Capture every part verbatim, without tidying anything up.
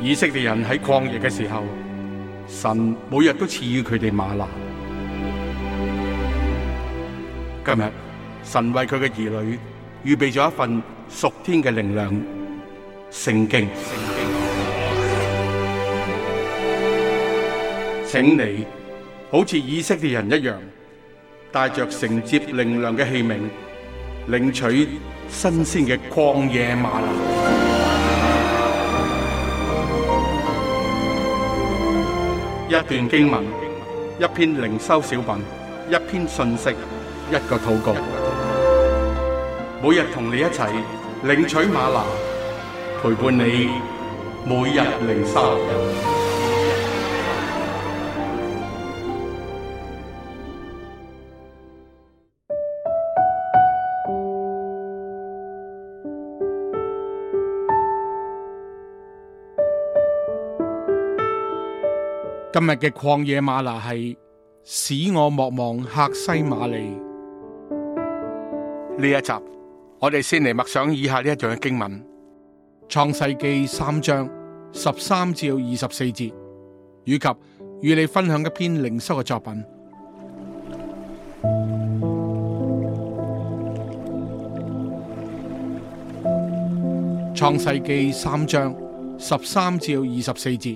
以色列人喺曠野嘅時候，神每日都賜予佢哋嗎哪。今日神為佢嘅兒女預備咗一份屬天嘅靈糧——聖經。請你好似以色列人一樣，帶着承接靈糧嘅器皿，領取新鮮嘅曠野嗎哪。一段經文，一篇靈修小品，一篇信息，一個禱告。每日同你一齊領取嗎哪，陪伴你每日靈修。今日嘅曠野嗎哪係使我莫忘客西馬尼。呢一集我哋先嚟默想以下呢一段嘅經文：創世記三章十三至二十四節，以及與你分享一篇靈修嘅作品。創世記三章十三至二十四節。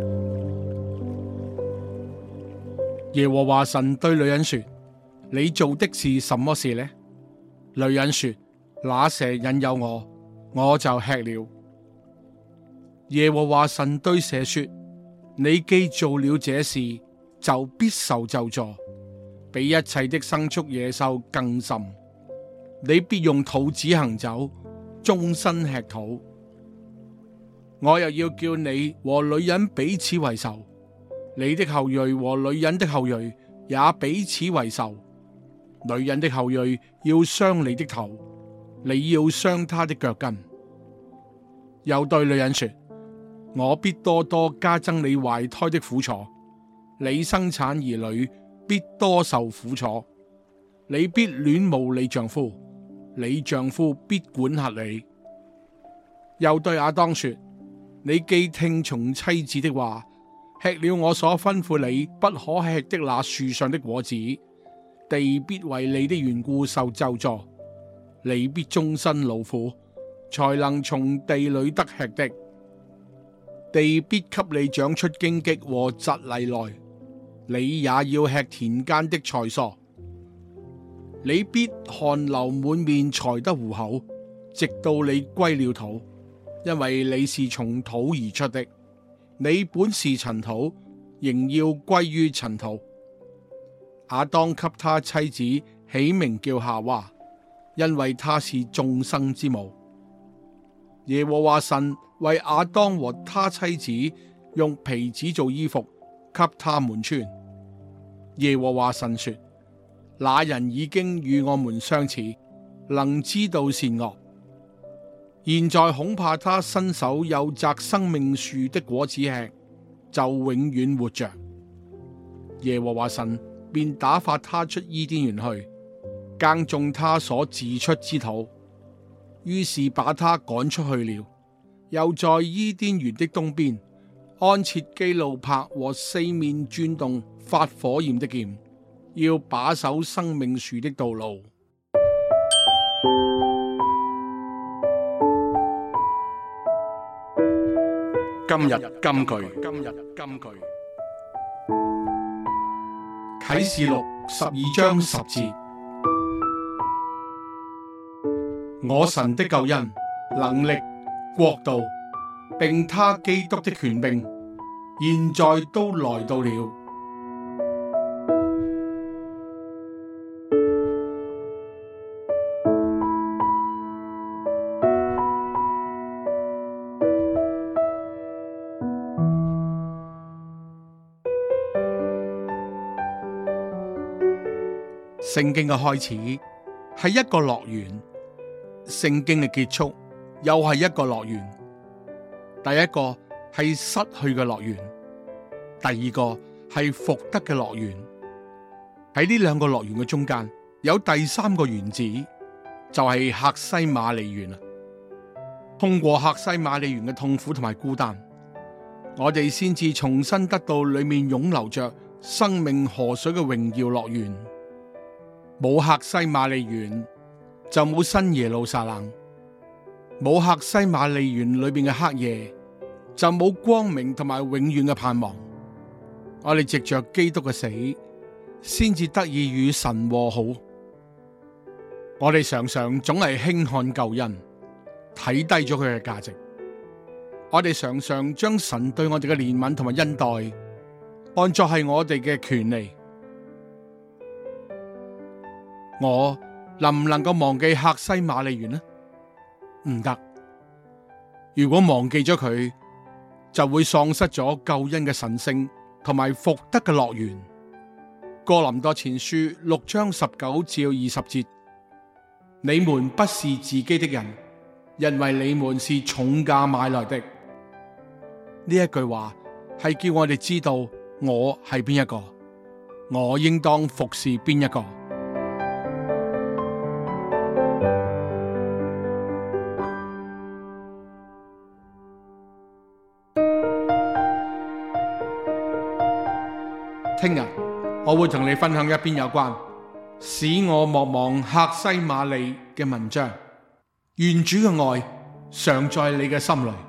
耶和華神對女人說：你做的是什麼事呢？女人說：那蛇引誘我，我就吃了。耶和華神對蛇說：你既做了這事，就必受咒詛，比一切的牲畜野獸更甚。你必用肚子行走，終身吃土。我又要叫你和女人彼此為仇，你的後裔和女人的後裔也彼此為仇。女人的後裔要傷你的頭，你要傷她的腳跟。又對女人說：我必多多加增你懷胎的苦楚，你生產兒女必多受苦楚。你必戀慕你丈夫，你丈夫必管轄你。又對亞當說：你既聽從妻子的話，吃了我所吩咐你不可吃的那樹上的果子，地必為你的緣故受咒詛，你必終身勞苦，才能從地裏得吃的。地必給你長出荊棘和蒺藜來，你也要吃田間的菜蔬。你必汗流滿面才得糊口，直到你歸了土，因為你是從土而出的。你本是塵土，仍要歸於塵土。亞當給他妻子起名叫夏娃，因為她是眾生之母。耶和華神為亞當和他妻子用皮子做衣服，給他們穿。耶和華神說：那人已經與我們相似，能知道善惡。現在恐怕他伸手有摘生命樹的果子吃，就永遠活着。耶和華神便打發他出伊甸園去，耕種他所自出之土。於是把他趕出去了，又在伊甸園的東邊安設基路伯和四面轉動發火焰的劍，要把守生命樹的道路。今日金句，今日金句。啟示錄十二章十節：我神的救恩、能力、國度，並他基督的權柄，現在都來到了。聖經嘅開始係一個樂園，聖經嘅結束又係一個樂園。第一個係失去嘅樂園，第二個係復得嘅樂園。喺呢兩個樂園嘅中間有第三個園子，就係客西馬尼園啦。通過客西馬尼園嘅痛苦同埋孤單， 我哋先至重新得到裏面湧流着生命河水嘅榮耀樂園。冇客西馬尼園就冇新耶路撒冷，冇客西馬尼園裏邊嘅黑夜就冇光明同埋永遠嘅盼望。我哋藉着基督嘅死，先至得以與神和好。我哋常常總係輕看救恩，睇低咗佢嘅價值。我哋常常將神對我哋嘅憐憫同埋恩待，按作係我哋嘅權利。我能唔能夠忘記客西馬尼園呢？唔得。如果忘記咗佢，就會喪失咗救恩嘅神聖同埋復得嘅樂園。哥林多前書六章十九至二十節：你們不是自己的人，因為你們是重價買來的。呢一句話係叫我哋知道我係邊一個，我應當服侍邊一個。聽日我會同你分享一篇有關使我莫忘客西馬尼嘅文章。願主嘅愛常在你嘅心裏。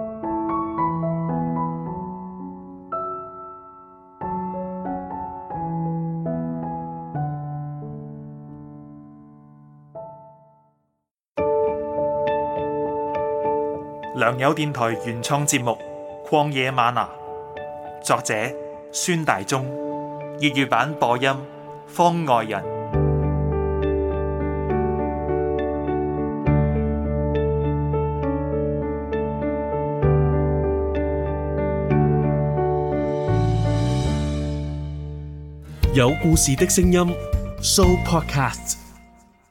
良友電台原創節目《曠野嗎哪》，作者孫大中，粵語版播音方外人。 有故事的聲音 Show Podcast。